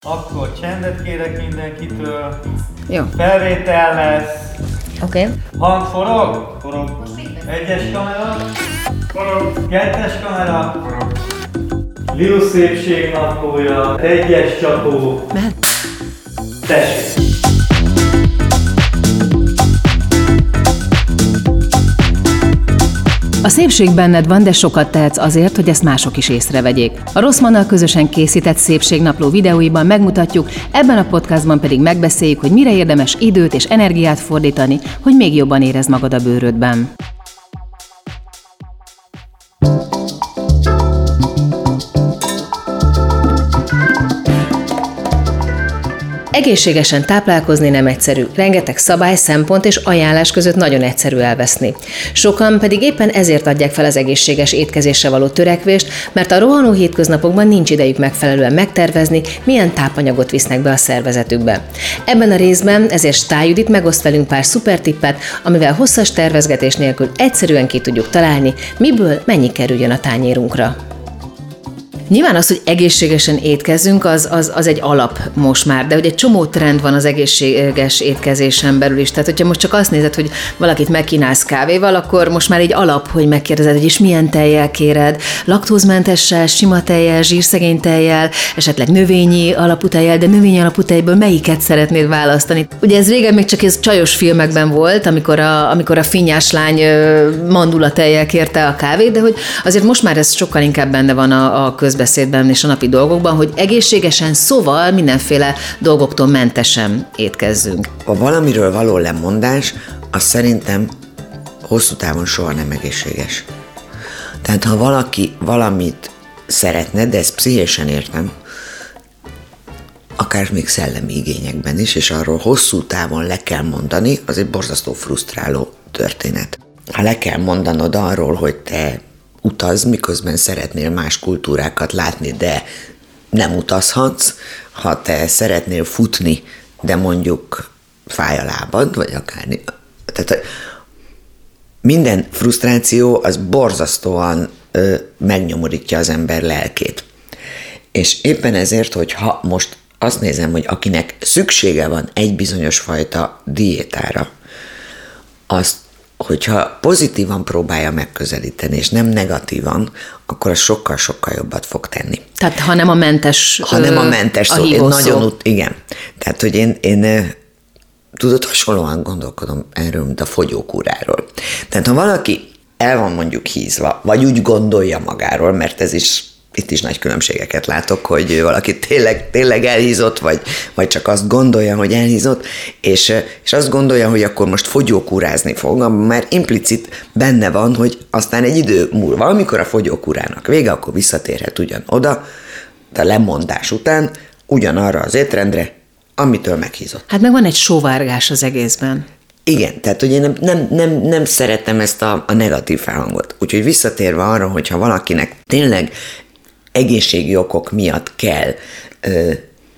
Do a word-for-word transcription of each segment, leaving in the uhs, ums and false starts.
Akkor csendet kérek mindenkitől. Jó. Felvétel lesz. Oké. Okay. Hang forog? Forog. Egyes kamera. Forog. Kettes kamera. Forog. Liu szépség naplója. Egyes csapó. Mehet. Tessék. A szépség benned van, de sokat tehetsz azért, hogy ezt mások is észrevegyék. A Rosszmannal közösen készített szépségnapló videóiban megmutatjuk, ebben a podcastban pedig megbeszéljük, hogy mire érdemes időt és energiát fordítani, hogy még jobban érezd magad a bőrödben. Egészségesen táplálkozni nem egyszerű, rengeteg szabály, szempont és ajánlás között nagyon egyszerű elveszni. Sokan pedig éppen ezért adják fel az egészséges étkezésre való törekvést, mert a rohanó hétköznapokban nincs idejük megfelelően megtervezni, milyen tápanyagot visznek be a szervezetükbe. Ebben a részben ezért Stály Judit megoszt velünk pár szuper tippet, amivel hosszas tervezgetés nélkül egyszerűen ki tudjuk találni, miből mennyi kerüljön a tányérunkra. Nyilván az, hogy egészségesen étkezzünk, az, az, az egy alap most már, de hogy egy csomó trend van az egészséges étkezésen belül is. Tehát, hogyha most csak azt nézed, hogy valakit megkínálsz kávéval, akkor most már egy alap, hogy megkérdezed, hogy is milyen tejjel kéred, laktózmentessel, sima tejjel, zsírszegény tejjel, esetleg növényi alapú tejjel, de növényi alapú tejből melyiket szeretnéd választani? Ugye ez régen még csak ez csajos filmekben volt, amikor a, amikor a finnyás lány mandula tejjel kérte a kávét, de hogy azért most már ez sokkal inkább benne van a, a köz beszédben és a napi dolgokban, hogy egészségesen, szóval mindenféle dolgoktól mentesen étkezzünk. A valamiről való lemondás, az szerintem hosszú távon soha nem egészséges. Tehát ha valaki valamit szeretne, de ezt pszichésen értem, akár még szellemi igényekben is, és arról hosszú távon le kell mondani, az egy borzasztó frusztráló történet. Ha le kell mondanod arról, hogy te utazz, miközben szeretnél más kultúrákat látni, de nem utazhatsz. Ha te szeretnél futni, de mondjuk fáj a lábad, vagy akár... Tehát minden frusztráció az borzasztóan ö, megnyomorítja az ember lelkét. És éppen ezért, hogy ha most azt nézem, hogy akinek szüksége van egy bizonyos fajta diétára, azt hogyha pozitívan próbálja megközelíteni, és nem negatívan, akkor az sokkal-sokkal jobbat fog tenni. Tehát ha nem a mentes Ha nem a mentes a szó. Én nagyon szó. Ut- igen. Tehát, hogy én, én tudod, hasonlóan gondolkodom erről, mint a fogyókúráról. Tehát, ha valaki el van mondjuk hízva, vagy úgy gondolja magáról, mert ez is itt is nagy különbségeket látok, hogy valaki tényleg, tényleg elhízott, vagy, vagy csak azt gondolja, hogy elhízott, és, és azt gondolja, hogy akkor most fogyókúrázni fog, mert implicit benne van, hogy aztán egy idő múlva, amikor a fogyókúrának vége, akkor visszatérhet ugyan oda, de a lemondás után ugyanarra az étrendre, amitől meghízott. Hát meg van egy sóvárgás az egészben. Igen, tehát hogy én nem, nem, nem, nem szeretem ezt a, a negatív felhangot. Úgyhogy visszatérve arra, hogyha valakinek tényleg egészségi okok miatt kell ö,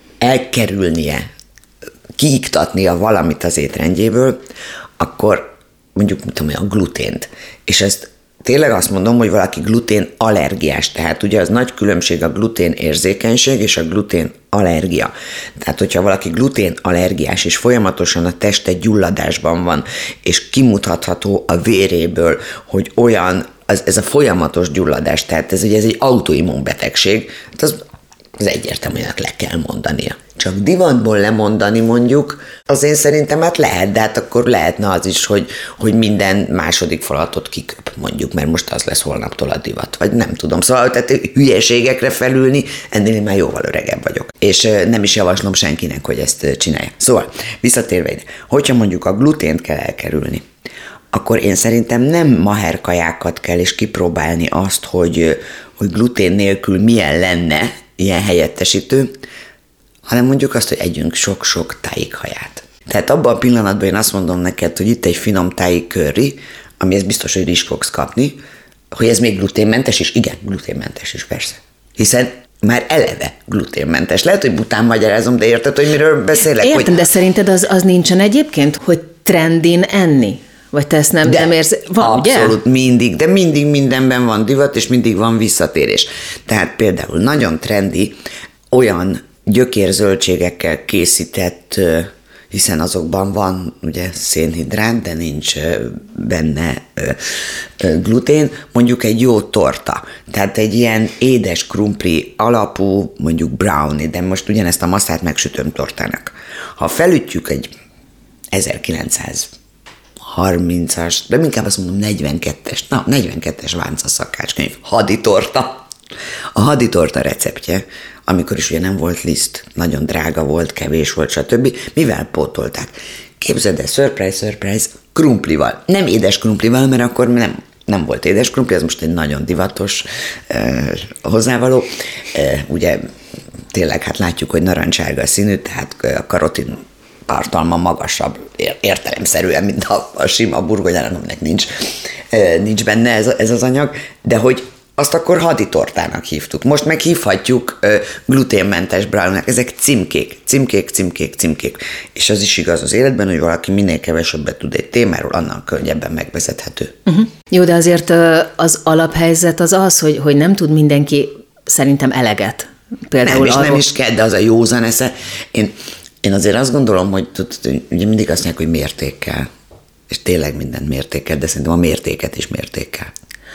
elkerülnie, kiiktatnia valamit az étrendjéből, akkor mondjuk mit tudom, a glutént. És ezt tényleg azt mondom, hogy valaki glutén allergiás, tehát ugye az nagy különbség a glutén érzékenység és a glutén allergia. Tehát, hogyha valaki glutén allergiás, és folyamatosan a teste gyulladásban van, és kimutatható a véréből, hogy olyan, az, ez a folyamatos gyulladás, tehát ez ugye ez egy autoimmun betegség, hát az, az egyértelműen le kell mondania. Csak divatból lemondani mondjuk, az én szerintem hát lehet, de hát akkor lehetne az is, hogy, hogy minden második falatot kiköp mondjuk, mert most az lesz holnaptól a divat, vagy nem tudom. Szóval tehát hülyeségekre felülni, ennél én már jóval öregebb vagyok. És nem is javaslom senkinek, hogy ezt csinálja. Szóval, visszatérve ide, hogyha mondjuk a glutént kell elkerülni, akkor én szerintem nem maherkajákat kell és kipróbálni azt, hogy, hogy glutén nélkül milyen lenne ilyen helyettesítő, hanem mondjuk azt, hogy együnk sok-sok tájikhaját. Tehát abban a pillanatban én azt mondom neked, hogy itt egy finom táji curry, ami ez biztos, hogy is fogsz kapni, hogy ez még gluténmentes is? Igen, gluténmentes is, persze. Hiszen már eleve gluténmentes. Lehet, hogy bután magyarázom, de érted, hogy miről beszélek? Értem, hogy... de szerinted az, az nincsen egyébként, hogy trendin enni? Vagy te ezt nem, de nem érsz? Van, abszolút ugye? mindig, de mindig mindenben van divat, és mindig van visszatérés. Tehát például nagyon trendi olyan gyökérzöldségekkel készített, hiszen azokban van ugye szénhidrát, de nincs benne glutén, mondjuk egy jó torta. Tehát egy ilyen édes krumpli alapú, mondjuk brownie, de most ugyanezt a masszát megsütöm tortának. Ha felütjük egy ezerkilencszázharmincas, de inkább azt mondom negyvenkettes, na negyvenkettes Vánca szakácskönyv, haditorta. A haditorta receptje, amikor is ugye nem volt liszt, nagyon drága volt, kevés volt, stb. Mivel pótolták? Képzeld el, surprise, surprise, krumplival. Nem édes krumplival, mert akkor nem, nem volt édes krumpli, ez most egy nagyon divatos eh, hozzávaló. Eh, ugye tényleg hát látjuk, hogy narancsárga színű, tehát a karotin tartalma magasabb értelemszerűen, mint a, a sima burgonyának, aminek nincs, eh, nincs benne ez, ez az anyag, de hogy azt akkor haditortának hívtuk. Most meg hívhatjuk ö, gluténmentes brownie-nak. Ezek címkék, címkék, címkék, címkék. És az is igaz az életben, hogy valaki minél kevesebbet tud egy témáról, annak könnyebben megvezethető. Uh-huh. Jó, de azért az alaphelyzet az az, hogy, hogy nem tud mindenki szerintem eleget. Például nem, és arról... nem is kell, de az a józan esze. Én, én azért azt gondolom, hogy ugye mindig azt mondják, hogy mértékkel. És tényleg mindent mértékkel, de szerintem a mértéket is mértékkel.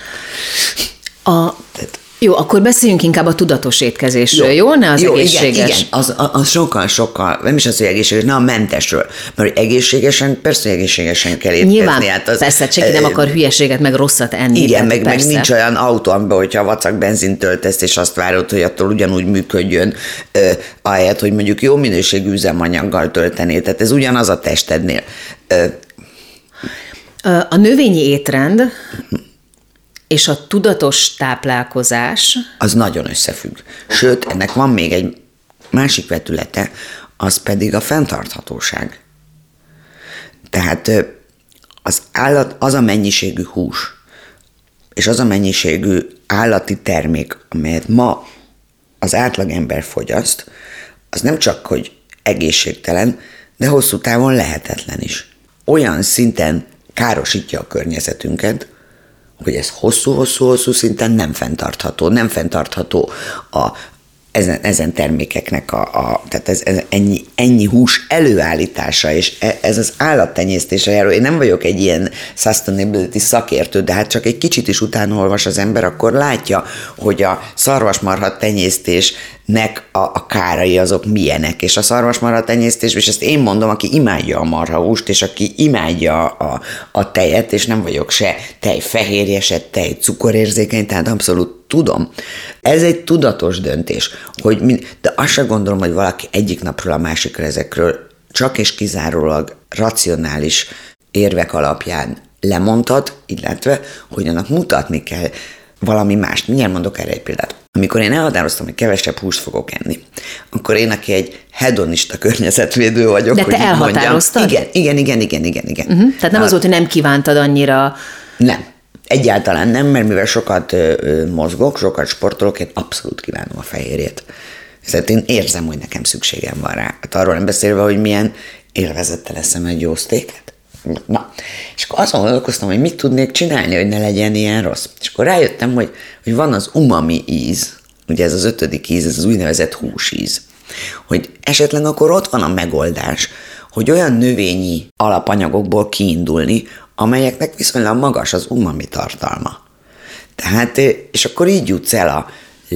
A, jó, akkor beszéljünk inkább a tudatos étkezésről, jó? jó? Ne az jó, egészséges. Igen, igen. Az, az sokkal, sokkal, nem is az, hogy egészséges, ne a mentesről. Mert egészségesen, persze, hogy egészségesen kell étkezni. Nyilván, hát az, persze, senki nem akar hülyeséget, meg rosszat enni. Igen, meg, meg persze. nincs olyan autó, amiben, hogyha vacak benzint töltesz, és azt várod, hogy attól ugyanúgy működjön, eh, ahelyett, hogy mondjuk jó minőségű üzemanyaggal töltenél. Tehát ez ugyanaz a testednél. Eh, a növényi étrend és a tudatos táplálkozás... Az nagyon összefügg. Sőt, ennek van még egy másik vetülete, az pedig a fenntarthatóság. Tehát az állat, az a mennyiségű hús, és az a mennyiségű állati termék, amelyet ma az átlagember fogyaszt, az nem csak, hogy egészségtelen, de hosszú távon lehetetlen is. Olyan szinten károsítja a környezetünket, hogy ez hosszú-hosszú-hosszú szinten nem fenntartható, nem fenntartható a, ezen, ezen termékeknek a, a tehát ez, ez ennyi, ennyi hús előállítása, és ez az állattenyésztésre járó. Én nem vagyok egy ilyen sustainability szakértő, de hát csak egy kicsit is utána olvas az ember, akkor látja, hogy a szarvasmarha tenyésztésnek a, a kárai azok milyenek, és a szarvasmarha tenyésztés, és ezt én mondom, aki imádja a marhahúst, és aki imádja a, a tejet, és nem vagyok se tejfehérje, se tej cukorérzékeny, tehát abszolút tudom. Ez egy tudatos döntés, hogy mind, de azt sem gondolom, hogy valaki egyik napról a másikra ezekről csak és kizárólag racionális érvek alapján lemondhat, illetve hogy annak mutatni kell valami mást. Mindjárt mondok erre egy példát. Amikor én elhatároztam, hogy kevesebb húst fogok enni, akkor én, aki egy hedonista környezetvédő vagyok, de hogy te elhatároztad? Mondjam, igen, igen, igen, igen, igen. Uh-huh. Tehát nem az volt, hogy nem kívántad annyira... Nem. Egyáltalán nem, mert mivel sokat ö, mozgok, sokat sportolok, én abszolút kívánom a fehérjét. Szóval én érzem, hogy nekem szükségem van rá. Hát arról nem beszélve, hogy milyen élvezettel eszem egy jó sztéket. Na, és akkor azon gondolkoztam, hogy mit tudnék csinálni, hogy ne legyen ilyen rossz. És akkor rájöttem, hogy, hogy van az umami íz, ugye ez az ötödik íz, ez az úgynevezett húsíz. Hogy esetleg akkor ott van a megoldás, hogy olyan növényi alapanyagokból kiindulni, amelyeknek viszonylag magas az umami tartalma. Tehát, és akkor így jutsz el a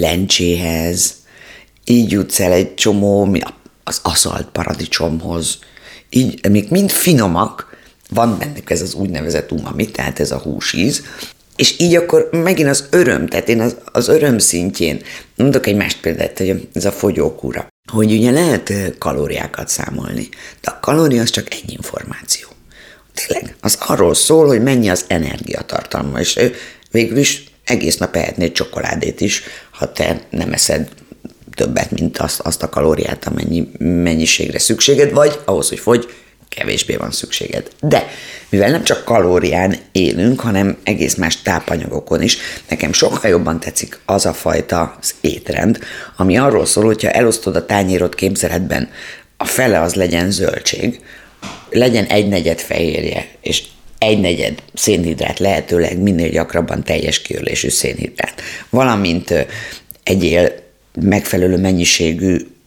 lencséhez, így jutsz el egy csomó, az aszalt paradicsomhoz, így, még mind finomak, van bennük ez az úgynevezett umami, tehát ez a húsíz, és így akkor megint az öröm, tehát én az, az öröm szintjén, mondok egy más példát, hogy ez a fogyókúra, hogy ugye lehet kalóriákat számolni, de a kalória az csak egy információ. Tényleg, az arról szól, hogy mennyi az energiatartalma, és végül is egész nap ehetnéd csokoládét is, ha te nem eszed többet, mint azt, azt a kalóriát, amennyi mennyiségre szükséged, vagy ahhoz, hogy fogy, kevésbé van szükséged. De mivel nem csak kalórián élünk, hanem egész más tápanyagokon is, nekem sokkal jobban tetszik az a fajta az étrend, ami arról szól, hogyha elosztod a tányérod képzeletben, a fele az legyen zöldség, legyen egy negyed fehérje, és egy negyed szénhidrát, lehetőleg minél gyakrabban teljes kiörlésű szénhidrát. Valamint egyél megfelelő mennyiségű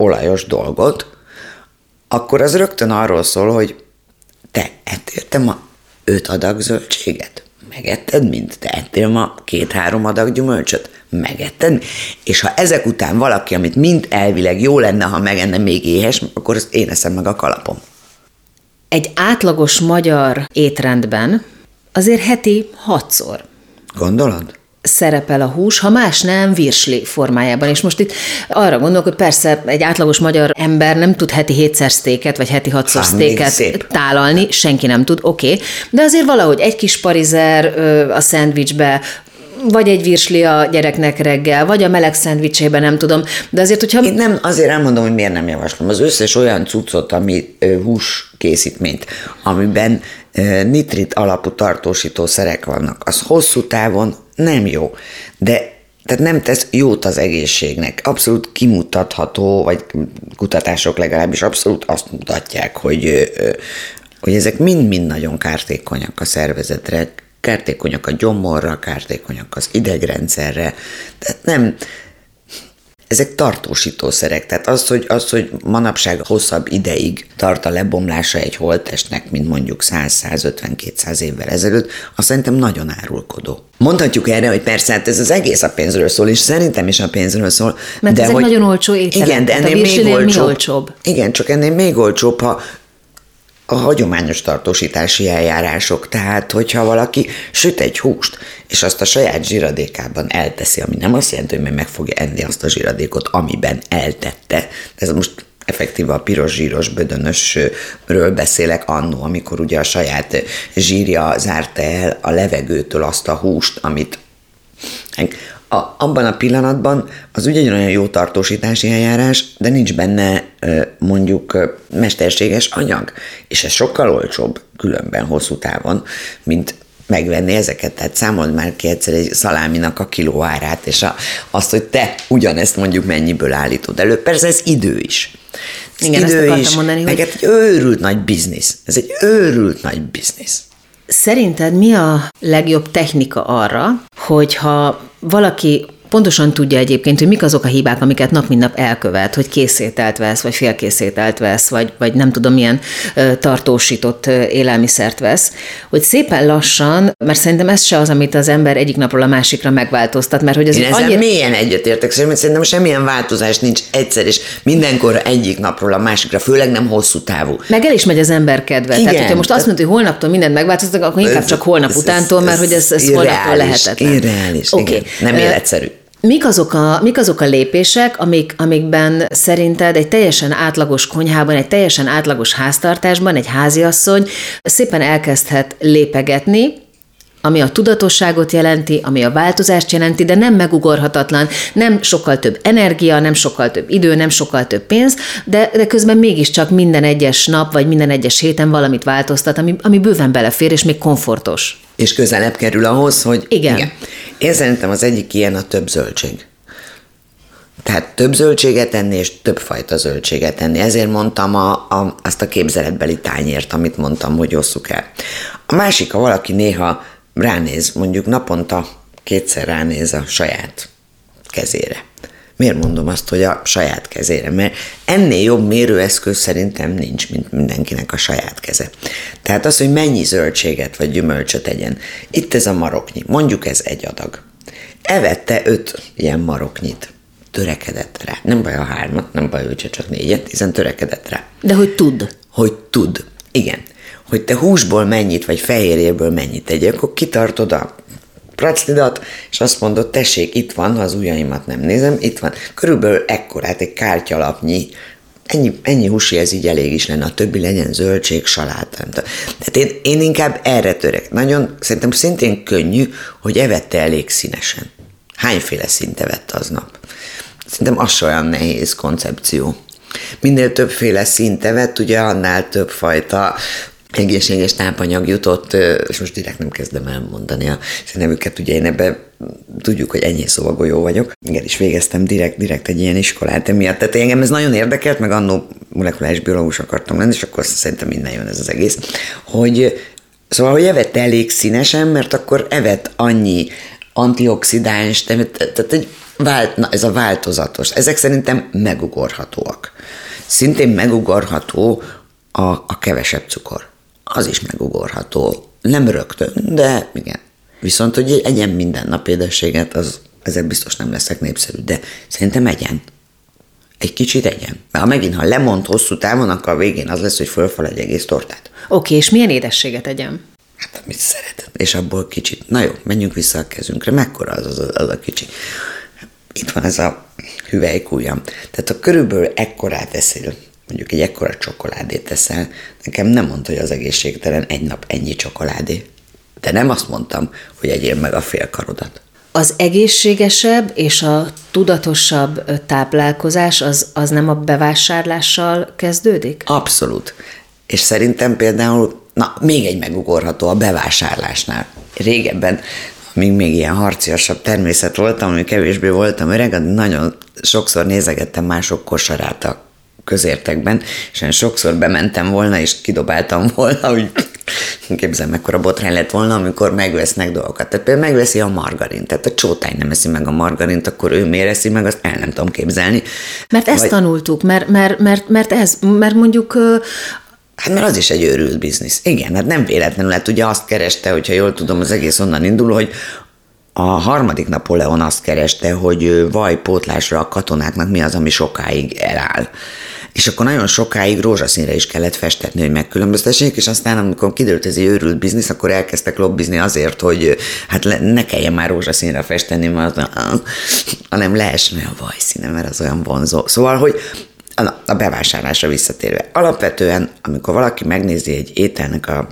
olajos dolgot, akkor az rögtön arról szól, hogy te ettél te ma öt adag zöldséget? Megetted mind? Te ettél ma két-három adag gyümölcsöt? Megetted? És ha ezek után valaki, amit mind elvileg jó lenne, ha megenne, még éhes, akkor azt én eszem meg a kalapom. Egy átlagos magyar étrendben azért heti hatszor Gondolod? szerepel a hús, ha más nem, virsli formájában. És most itt arra gondolok, hogy persze egy átlagos magyar ember nem tud heti hétszer sztéket, vagy heti hatszor Hát, még sztéket szép. tálalni, senki nem tud, oké. Okay. De azért valahogy egy kis parizer ö, a szendvicsbe, vagy egy virsli a gyereknek reggel, vagy a meleg szendvicsében, nem tudom. De azért, hogyha... Én nem, azért elmondom, hogy miért nem javaslom. Az összes olyan cuccot, ami ö, húskészítményt, amiben ö, nitrit alapú tartósítószerek vannak, az hosszú távon nem jó. De tehát nem tesz jót az egészségnek. Abszolút kimutatható, vagy kutatások legalábbis abszolút azt mutatják, hogy, ö, hogy ezek mind-mind nagyon kártékonyak a szervezetre, kártékonyak a gyomorra, kártékonyak az idegrendszerre, tehát nem, ezek tartósítószerek, tehát az, hogy, az, hogy manapság hosszabb ideig tart a lebomlása egy holttestnek, mint mondjuk száz-százötven-kétszáz évvel ezelőtt, azt szerintem nagyon árulkodó. Mondhatjuk erre, hogy persze, hát ez az egész a pénzről szól, és szerintem is a pénzről szól. Mert de ezek hogy, nagyon olcsó ételek. Igen, de ennél a még mi olcsóbb. olcsóbb. Igen, csak ennél még olcsóbb, ha a hagyományos tartósítási eljárások, tehát hogyha valaki süt egy húst, és azt a saját zsiradékában elteszi, ami nem azt jelenti, hogy meg, meg fogja enni azt a zsiradékot, amiben eltette. Ez most effektíve a piros zsíros bödönösről beszélek annó, amikor ugye a saját zsírja zárta el a levegőtől azt a húst, amit a, abban a pillanatban az ugyanolyan jó tartósítási eljárás, de nincs benne mondjuk mesterséges anyag, és ez sokkal olcsóbb különben hosszú távon, mint megvenni ezeket. Tehát számold már ki egyszer egy szaláminak a kilóárát, és a, azt, hogy te ugyanezt mondjuk mennyiből állítod elő. Persze ez idő is. Ez Igen, idő ezt akartam is, mondani, meg hogy... egy őrült nagy biznisz. Ez egy őrült nagy biznisz. Szerinted mi a legjobb technika arra, hogyha valaki pontosan tudja egyébként, hogy mik azok a hibák, amiket nap mint nap elkövet, hogy készételt vesz, vagy félkészételt vesz, vagy, vagy nem tudom, milyen ö, tartósított ö, élelmiszert vesz, hogy szépen lassan, mert szerintem ez se az, amit az ember egyik napról a másikra megváltoztat, mert hogy ez Én ezzel annyira... mélyen egyetértek, szerintem semmilyen változás nincs egyszer, és mindenkor egyik napról a másikra, főleg nem hosszú távú. Meg el is megy az ember kedve. Igen, tehát, hogyha most azt mondod, hogy holnaptól mindent megváltoztatok, akkor inkább ez, csak holnap ez, utántól, ez, mert hogy ez, ez irreális, holnaptól lehetetlen. Irreális, okay. Igen, nem életszerű. Mik azok, a, mik azok a lépések, amik, amikben szerinted egy teljesen átlagos konyhában, egy teljesen átlagos háztartásban egy háziasszony szépen elkezdhet lépegetni, ami a tudatosságot jelenti, ami a változást jelenti, de nem megugorhatatlan, nem sokkal több energia, nem sokkal több idő, nem sokkal több pénz, de, de közben mégiscsak minden egyes nap, vagy minden egyes héten valamit változtat, ami, ami bőven belefér, és még komfortos. És közelebb kerül ahhoz, hogy... Igen. igen. Én szerintem az egyik ilyen a több zöldség. Tehát több zöldséget enni, és többfajta zöldséget enni. Ezért mondtam a, a, azt a képzeletbeli tányért, amit mondtam, hogy osszuk el. A másik, ha valaki néha ránéz, mondjuk naponta kétszer ránéz a saját kezére. Miért mondom azt, hogy a saját kezére? Mert ennél jobb mérőeszköz szerintem nincs, mint mindenkinek a saját keze. Tehát az, hogy mennyi zöldséget vagy gyümölcsöt egyen. Itt ez a maroknyi. Mondjuk ez egy adag. Evette öt ilyen maroknyit. Törekedett rá. Nem baj a hármat, nem baj, hogy csak négyet, hiszen törekedett rá. De hogy tud. Hogy tud. Igen. Hogy te húsból mennyit, vagy fehérjéből mennyit tegyél, akkor kitartod a praclidat, és azt mondod, tessék, itt van, ha az ujjaimat nem nézem, itt van. Körülbelül ekkorát, egy kártyalapnyi, ennyi, ennyi húsi, ez így elég is lenne, a többi legyen zöldség, saláta. Tehát én, én inkább erre törek. Nagyon, szerintem szintén könnyű, hogy evette elég színesen. Hányféle színt evett aznap? Szerintem az se olyan nehéz koncepció. Minél többféle színt evett, ugye annál többfajta egészséges tápanyag jutott, és most direkt nem kezdem elmondani a nevüket, ugye én ebben tudjuk, hogy ennyi szóval vagyok. Igen, is végeztem direkt, direkt egy ilyen iskolát emiatt. Tehát engem ez nagyon érdekelt, meg annó molekuláris biológus akartam lenni, és akkor szerintem minden jön ez az egész, hogy szóval, hogy evett elég színesen, mert akkor evett annyi antioxidáns, tehát egy vált, na, ez a változatos, ezek szerintem megugorhatóak. Szintén megugorható a, a kevesebb cukor. Az is megugorható. Nem rögtön, de igen. Viszont, hogy egyen minden nap édességet, az, ezek biztos nem leszek népszerű, de szerintem egyen. Egy kicsit egyen. Mert ha megint, ha lemond hosszú távon, akkor a végén az lesz, hogy fölfal egy egész tortát. Oké, okay, és milyen édességet egyem? Hát, amit szeretem. És abból kicsit. Na jó, menjünk vissza a kezünkre. Mekkora az az, az a kicsi? Itt van ez a hüvelykujjam. Tehát ha körülbelül ekkorát eszel, mondjuk egy ekkora csokoládét teszel, nekem nem mondta, hogy az egészségtelen egy nap ennyi csokoládé. De nem azt mondtam, hogy egyél meg a fél karodat. Az egészségesebb és a tudatosabb táplálkozás az, az nem a bevásárlással kezdődik? Abszolút. És szerintem például, na, még egy megugorható a bevásárlásnál. Régebben, amíg még ilyen harciasabb természet voltam, amíg kevésbé voltam öreg, nagyon sokszor nézegettem mások kosarát a közértekben, és én sokszor bementem volna, és kidobáltam volna, hogy képzelem, mekkora botrány lett volna, amikor megvesznek dolgokat. Tehát például megveszi a margarint, tehát a csótány nem eszi meg a margarint, akkor ő miért eszi meg, azt el nem tudom képzelni. Mert ezt Vagy... tanultuk, mert, mert, mert, mert ez, mert mondjuk... Hát mert az is egy őrült biznisz. Igen, hát nem véletlenül, hát ugye azt kereste, hogyha jól tudom, az egész onnan indul, hogy a harmadik Napóleon azt kereste, hogy vajpótlásra a katonáknak mi az, ami sokáig eláll. És akkor nagyon sokáig rózsaszínre is kellett festetni, hogy megkülönböztessék, és aztán, amikor kiderült ez egy őrült biznisz, akkor elkezdtek lobbizni azért, hogy hát ne kelljen már rózsaszínre festeni, mert hanem lehessen a vajszíne, mert az olyan vonzó. Szóval, hogy a bevásárlásra visszatérve. Alapvetően, amikor valaki megnézi egy ételnek a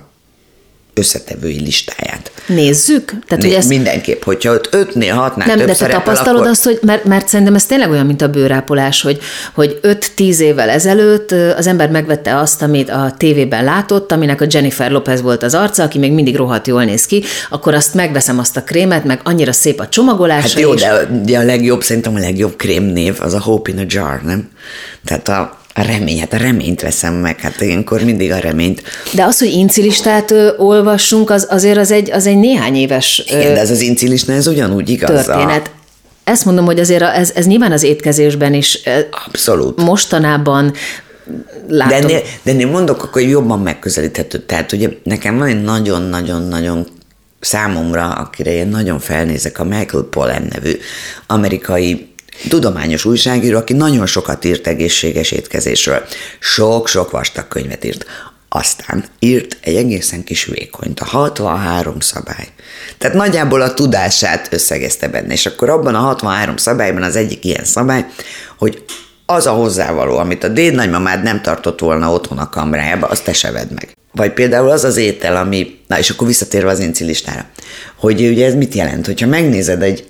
összetevői listáját. Nézzük? Tehát, hogy ez... Mindenképp, hogyha ott ötnél, hatnál nem, több de te szerepel, tapasztalod akkor... azt, hogy, mert, mert szerintem ez tényleg olyan, mint a bőrápolás, hogy, hogy öt-tíz évvel ezelőtt az ember megvette azt, amit a tévében látott, aminek a Jennifer Lopez volt az arca, aki még mindig rohadt jól néz ki, akkor azt megveszem azt a krémet, meg annyira szép a csomagolása. Hát jó, is. de, de a legjobb, szerintem a legjobb krémnév az a Hope in a Jar, nem? Tehát a A remény, hát a reményt veszem meg, hát ilyenkor mindig a reményt. De az, hogy incilistát ö, olvassunk, az, azért az egy, az egy néhány éves ö, Igen, de ez az incilista, ez ugyanúgy igaz. történet. A... Ezt mondom, hogy azért a, ez, ez nyilván az étkezésben is ö, Abszolút. mostanában látom. De ennél, de ennél mondok, akkor jobban megközelíthető. Tehát ugye nekem van egy nagyon-nagyon-nagyon számomra, akire én nagyon felnézek, a Michael Pollan nevű amerikai tudományos újságíró, aki nagyon sokat írt egészséges étkezésről. Sok-sok vastag könyvet írt. Aztán írt egy egészen kis vékonyt, a hatvanhárom szabály. Tehát nagyjából a tudását összegezte benne, és akkor abban a hatvanhárom szabályban az egyik ilyen szabály, hogy az a hozzávaló, amit a dédnagymamád nem tartott volna otthon a kamrájába, azt te se vedd meg. Vagy például az az étel, ami, na és akkor visszatérve az incilistára, hogy ugye ez mit jelent, hogyha megnézed egy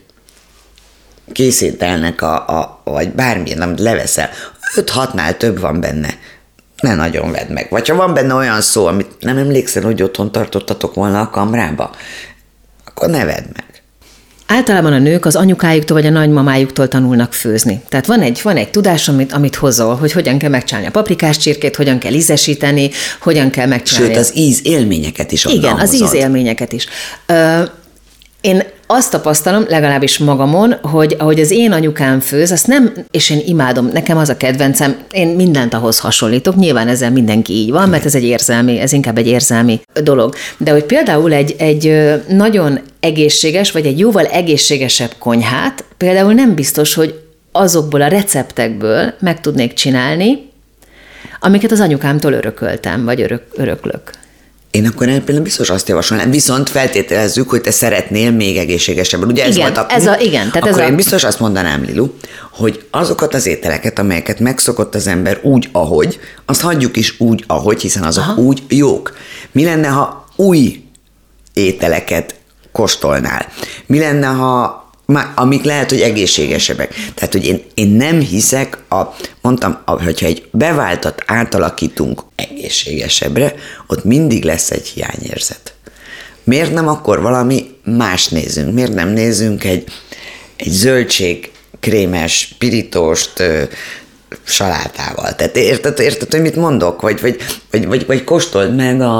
készételnek, a, a, vagy bármilyen, amit leveszel, öt-hatnál több van benne, ne nagyon vedd meg. Vagy ha van benne olyan szó, amit nem emlékszel, hogy otthon tartottatok volna a kamrába, akkor ne vedd meg. Általában a nők az anyukájuktól vagy a nagymamájuktól tanulnak főzni. Tehát van egy, van egy tudás, amit, amit hozol, hogy hogyan kell megcsinálni a paprikás csirkét, hogyan kell ízesíteni, hogyan kell megcsinálni. Sőt, az íz élményeket is onnan Igen, az hozod. íz élményeket is. Ö, én azt tapasztalom, legalábbis magamon, hogy ahogy az én anyukám főz, azt nem, és én imádom, nekem az a kedvencem, én mindent ahhoz hasonlítok, nyilván ezzel mindenki így van, mert ez egy érzelmi, ez inkább egy érzelmi dolog. De hogy például egy, egy nagyon egészséges, vagy egy jóval egészségesebb konyhát, például nem biztos, hogy azokból a receptekből meg tudnék csinálni, amiket az anyukámtól örököltem, vagy örök, öröklök. Én akkor például biztos azt javasolnám, viszont feltételezzük, hogy te szeretnél még egészségesebben. Ugye ez igen, volt a, ez a, igen. Tehát akkor ez én a... biztos azt mondanám, Lilu, hogy azokat az ételeket, amelyeket megszokott az ember úgy, ahogy, azt hagyjuk is úgy, ahogy, hiszen azok Aha. úgy jók. Mi lenne, ha új ételeket kóstolnál? Mi lenne, ha amik lehet, hogy egészségesebbek. Tehát, hogy én, én nem hiszek, a, mondtam, hogyha egy beváltat átalakítunk egészségesebbre, ott mindig lesz egy hiányérzet. Miért nem akkor valami más nézünk? Miért nem nézünk egy, egy zöldségkrémes, pirítóst ö, salátával? Tehát érted, érted, hogy mit mondok? Vagy, vagy, vagy, vagy, vagy kóstold meg a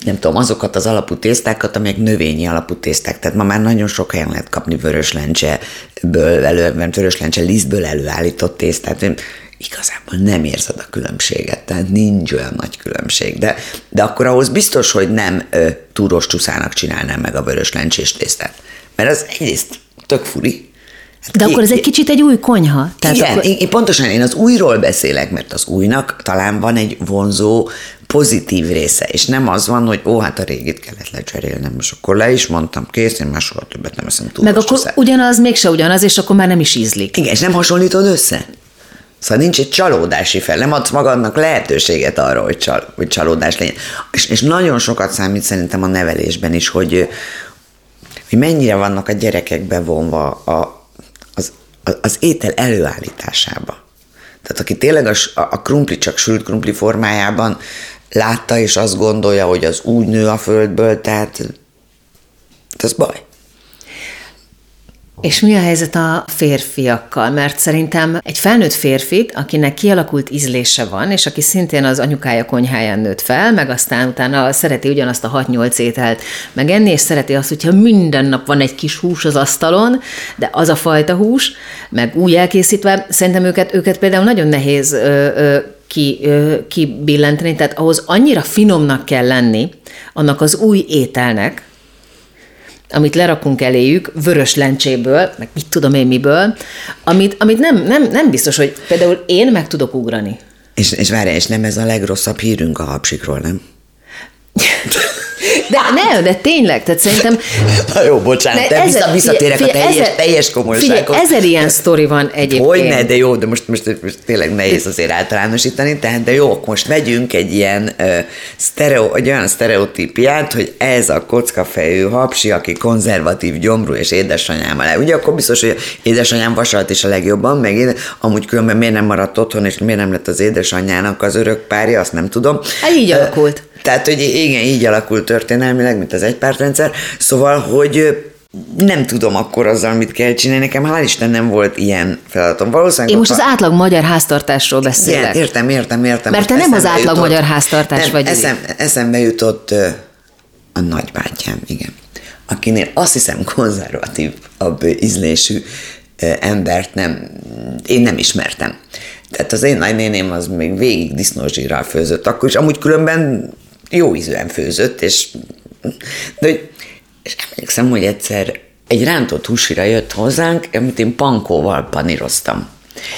nem tudom, azokat az alapú tésztákat, amelyek növényi alapú tészták. Tehát ma már nagyon sok helyen lehet kapni vöröslencseből, elő, vöröslencse lisztből előállított tésztát. Igazából nem érzed a különbséget, tehát nincs olyan nagy különbség. De, de akkor ahhoz biztos, hogy nem ö, túros csuszának csinálnám meg a vöröslencsés tésztát. Mert az egyrészt tök furi. Hát de ki, akkor ez egy kicsit egy új konyha. Tehát igen, akkor... én, én pontosan én az újról beszélek, mert az újnak talán van egy vonzó, pozitív része, és nem az van, hogy ó, hát a régit kellett lecserélnem, és akkor le is mondtam, kész, én már soha többet nem eszem túl. Meg akkor csúszát. Ugyanaz, mégse ugyanaz, és akkor már nem is ízlik. Igen, és nem hasonlítod össze. Szóval nincs egy csalódási fel, nem adsz magadnak lehetőséget arra, hogy, csal, hogy csalódás legyen. És, és nagyon sokat számít szerintem a nevelésben is, hogy, hogy mennyire vannak a gyerekek bevonva a, az, az étel előállításába. Tehát aki tényleg a, a krumpli csak sült krumpli formájában látta, és azt gondolja, hogy az úgy nő a földből, tehát ez baj. És mi a helyzet a férfiakkal? Mert szerintem egy felnőtt férfit, akinek kialakult ízlése van, és aki szintén az anyukája konyháján nőtt fel, meg aztán utána szereti ugyanazt a hat-nyolc ételt megenni, és szereti azt, hogyha minden nap van egy kis hús az asztalon, de az a fajta hús, meg úgy elkészítve, szerintem őket, őket például nagyon nehéz ö, ö, ki, ö, kibillenteni, tehát ahhoz annyira finomnak kell lenni annak az új ételnek, amit lerakunk eléjük, vörös lencséből, meg mit tudom én miből, amit, amit nem, nem, nem biztos, hogy például én meg tudok ugrani. És, és várjál, és nem ez a legrosszabb hírünk a hapsikról, nem? De nem, de tényleg, tehát szerintem... Na jó, bocsánat, de vissza, visszatérek figyelj, a teljes, ezer, teljes komolysághoz. Figyelj, ezer ilyen sztori van egyébként. Hogyne, de jó, de most, most, most tényleg nehéz azért általánosítani, tehát de jó, most vegyünk egy ilyen uh, sztereo, egy olyan sztereotípiát, hogy ez a kockafejű hapsi, aki konzervatív gyomrú és édesanyám. Ugye akkor biztos, hogy édesanyám vasalt is a legjobban, meg én, amúgy különben miért nem maradt otthon, és miért nem lett az édesanyjának az örök párja, azt nem tudom. Hát így alakult. Tehát, hogy igen, így alakult történelmileg, mint az egypártrendszer. Szóval, hogy nem tudom akkor azzal, mit kell csinálni. Nekem hál' Isten nem volt ilyen feladatom. Valószínűleg én most a... az átlag magyar háztartásról beszélek. Igen, értem, értem, értem. Mert te nem az átlag jutott, magyar háztartás nem, vagy. Eszem, eszembe jutott a nagybátyám, igen. Akinél azt hiszem konzervatívabb ízlésű embert nem, én nem ismertem. Tehát az én nagynéném az még végig disznózsírral főzött akkor, és amúgy különben jó ízűen főzött, és, de, és emlékszem, hogy egyszer egy rántott húsira jött hozzánk, amit én pankóval paníroztam.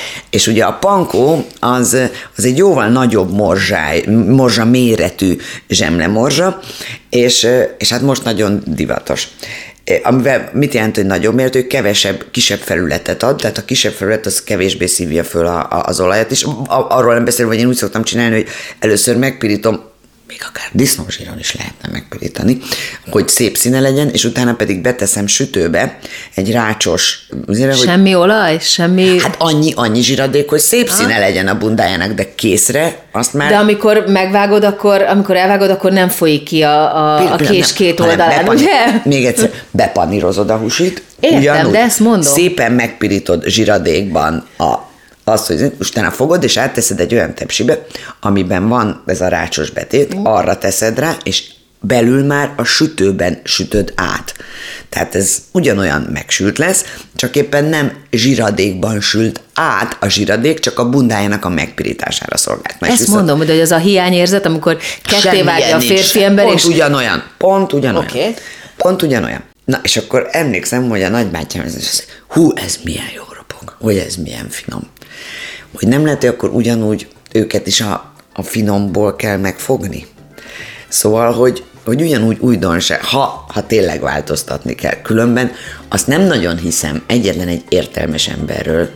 És ugye a pankó az, az egy jóval nagyobb morzsáj, morzsa méretű zsemlemorzsa, és, és hát most nagyon divatos. Amivel mit jelent, hogy nagyobb méretű, kevesebb, kisebb felületet ad, tehát a kisebb felület az kevésbé szívja föl a, a, az olajat, és arról nem beszélve, hogy én úgy szoktam csinálni, hogy először megpirítom, még akár disznózsíron is lehetne megpirítani, hogy szép színe legyen, és utána pedig beteszem sütőbe egy rácsos... Azért, semmi hogy, olaj? Semmi... Hát annyi, annyi zsiradék, hogy szép színe ah. legyen a bundájának, de készre azt már... De amikor megvágod, akkor, amikor elvágod, akkor nem folyik ki a, a, a kés két oldalán, bepaní- ugye? Még egyszer, bepanírozod a húsit. Értem, ugyanúgy, de ezt mondom. Szépen megpirítod zsiradékban a azt, hogy utána fogod, és átteszed egy olyan tepsibe, amiben van ez a rácsos betét, mm. arra teszed rá, és belül már a sütőben sütöd át. Tehát ez ugyanolyan megsült lesz, csak éppen nem zsiradékban sült át a zsiradék, csak a bundájának a megpirítására szolgált. Mert ezt viszont... mondom, hogy ez a hiányérzet, amikor ketté vágja a férfi ember, pont és... ugyanolyan, pont ugyanolyan. Okay. Pont ugyanolyan. Na, és akkor emlékszem, hogy a nagybátyám, hú, ez milyen jó ropog, hogy ez milyen finom. Hogy nem lehet, hogy akkor ugyanúgy őket is a, a finomból kell megfogni. Szóval, hogy, hogy ugyanúgy újdonság, ha, ha tényleg változtatni kell. Különben azt nem nagyon hiszem egyetlen egy értelmes emberről,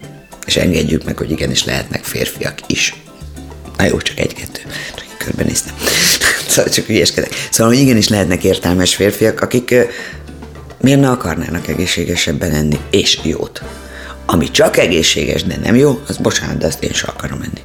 és engedjük meg, hogy igenis lehetnek férfiak is. Na jó, csak egy-kettő. Csak körbenéztem. Szóval csak ügyeskedek. Szóval, hogy igenis lehetnek értelmes férfiak, akik miért ne akarnának egészségesebben enni, és jót. Ami csak egészséges, de nem jó, az bocsánat, de azt én sem akarom enni.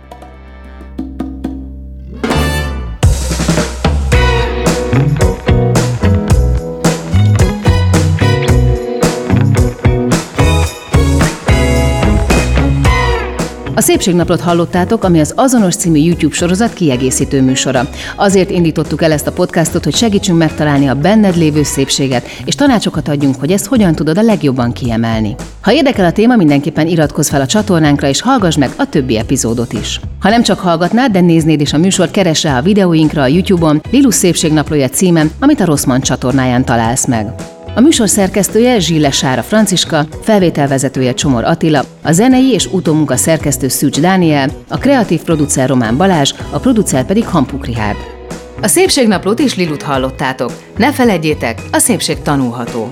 A Szépségnaplót hallottátok, ami az Azonos című YouTube sorozat kiegészítő műsora. Azért indítottuk el ezt a podcastot, hogy segítsünk megtalálni a benned lévő szépséget, és tanácsokat adjunk, hogy ezt hogyan tudod a legjobban kiemelni. Ha érdekel a téma, mindenképpen iratkozz fel a csatornánkra, és hallgass meg a többi epizódot is. Ha nem csak hallgatnád, de néznéd is a műsort, keress rá a videóinkra a YouTube-on, Lilus Szépségnaplója címen, amit a Rossmann csatornáján találsz meg. A műsor szerkesztője Zsille Sára Franciska, felvételvezetője Csomor Attila, a zenei és utómunka szerkesztő Szűcs Dániel, a kreatív producer Román Balázs, a producer pedig Hampuk Richárd. A Szépségnaplót és Lilut hallottátok. Ne feledjétek, a szépség tanulható.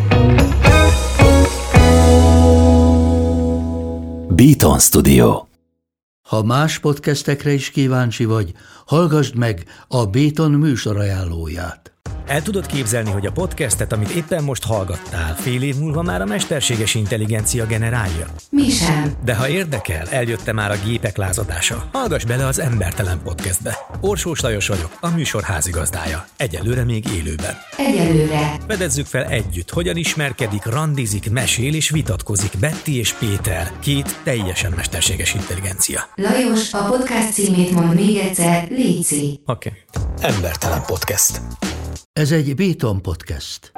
Beaton Studio. Ha más podcastekre is kíváncsi vagy, hallgassd meg a Beaton műsorajánlóját. El tudod képzelni, hogy a podcastet, amit éppen most hallgattál, fél év múlva már a mesterséges intelligencia generálja? Mi sem. De ha érdekel, eljötte már a gépek lázadása. Hallgass bele az Embertelen Podcastbe. Orsós Lajos vagyok, a műsor házigazdája. Egyelőre még élőben. Egyelőre. Fedezzük fel együtt, hogyan ismerkedik, randizik, mesél és vitatkozik Betty és Péter, két teljesen mesterséges intelligencia. Lajos, a podcast címét mond még egyszer, léci. Oké. Okay. Embertelen Podcast. Ez egy Beaton Podcast.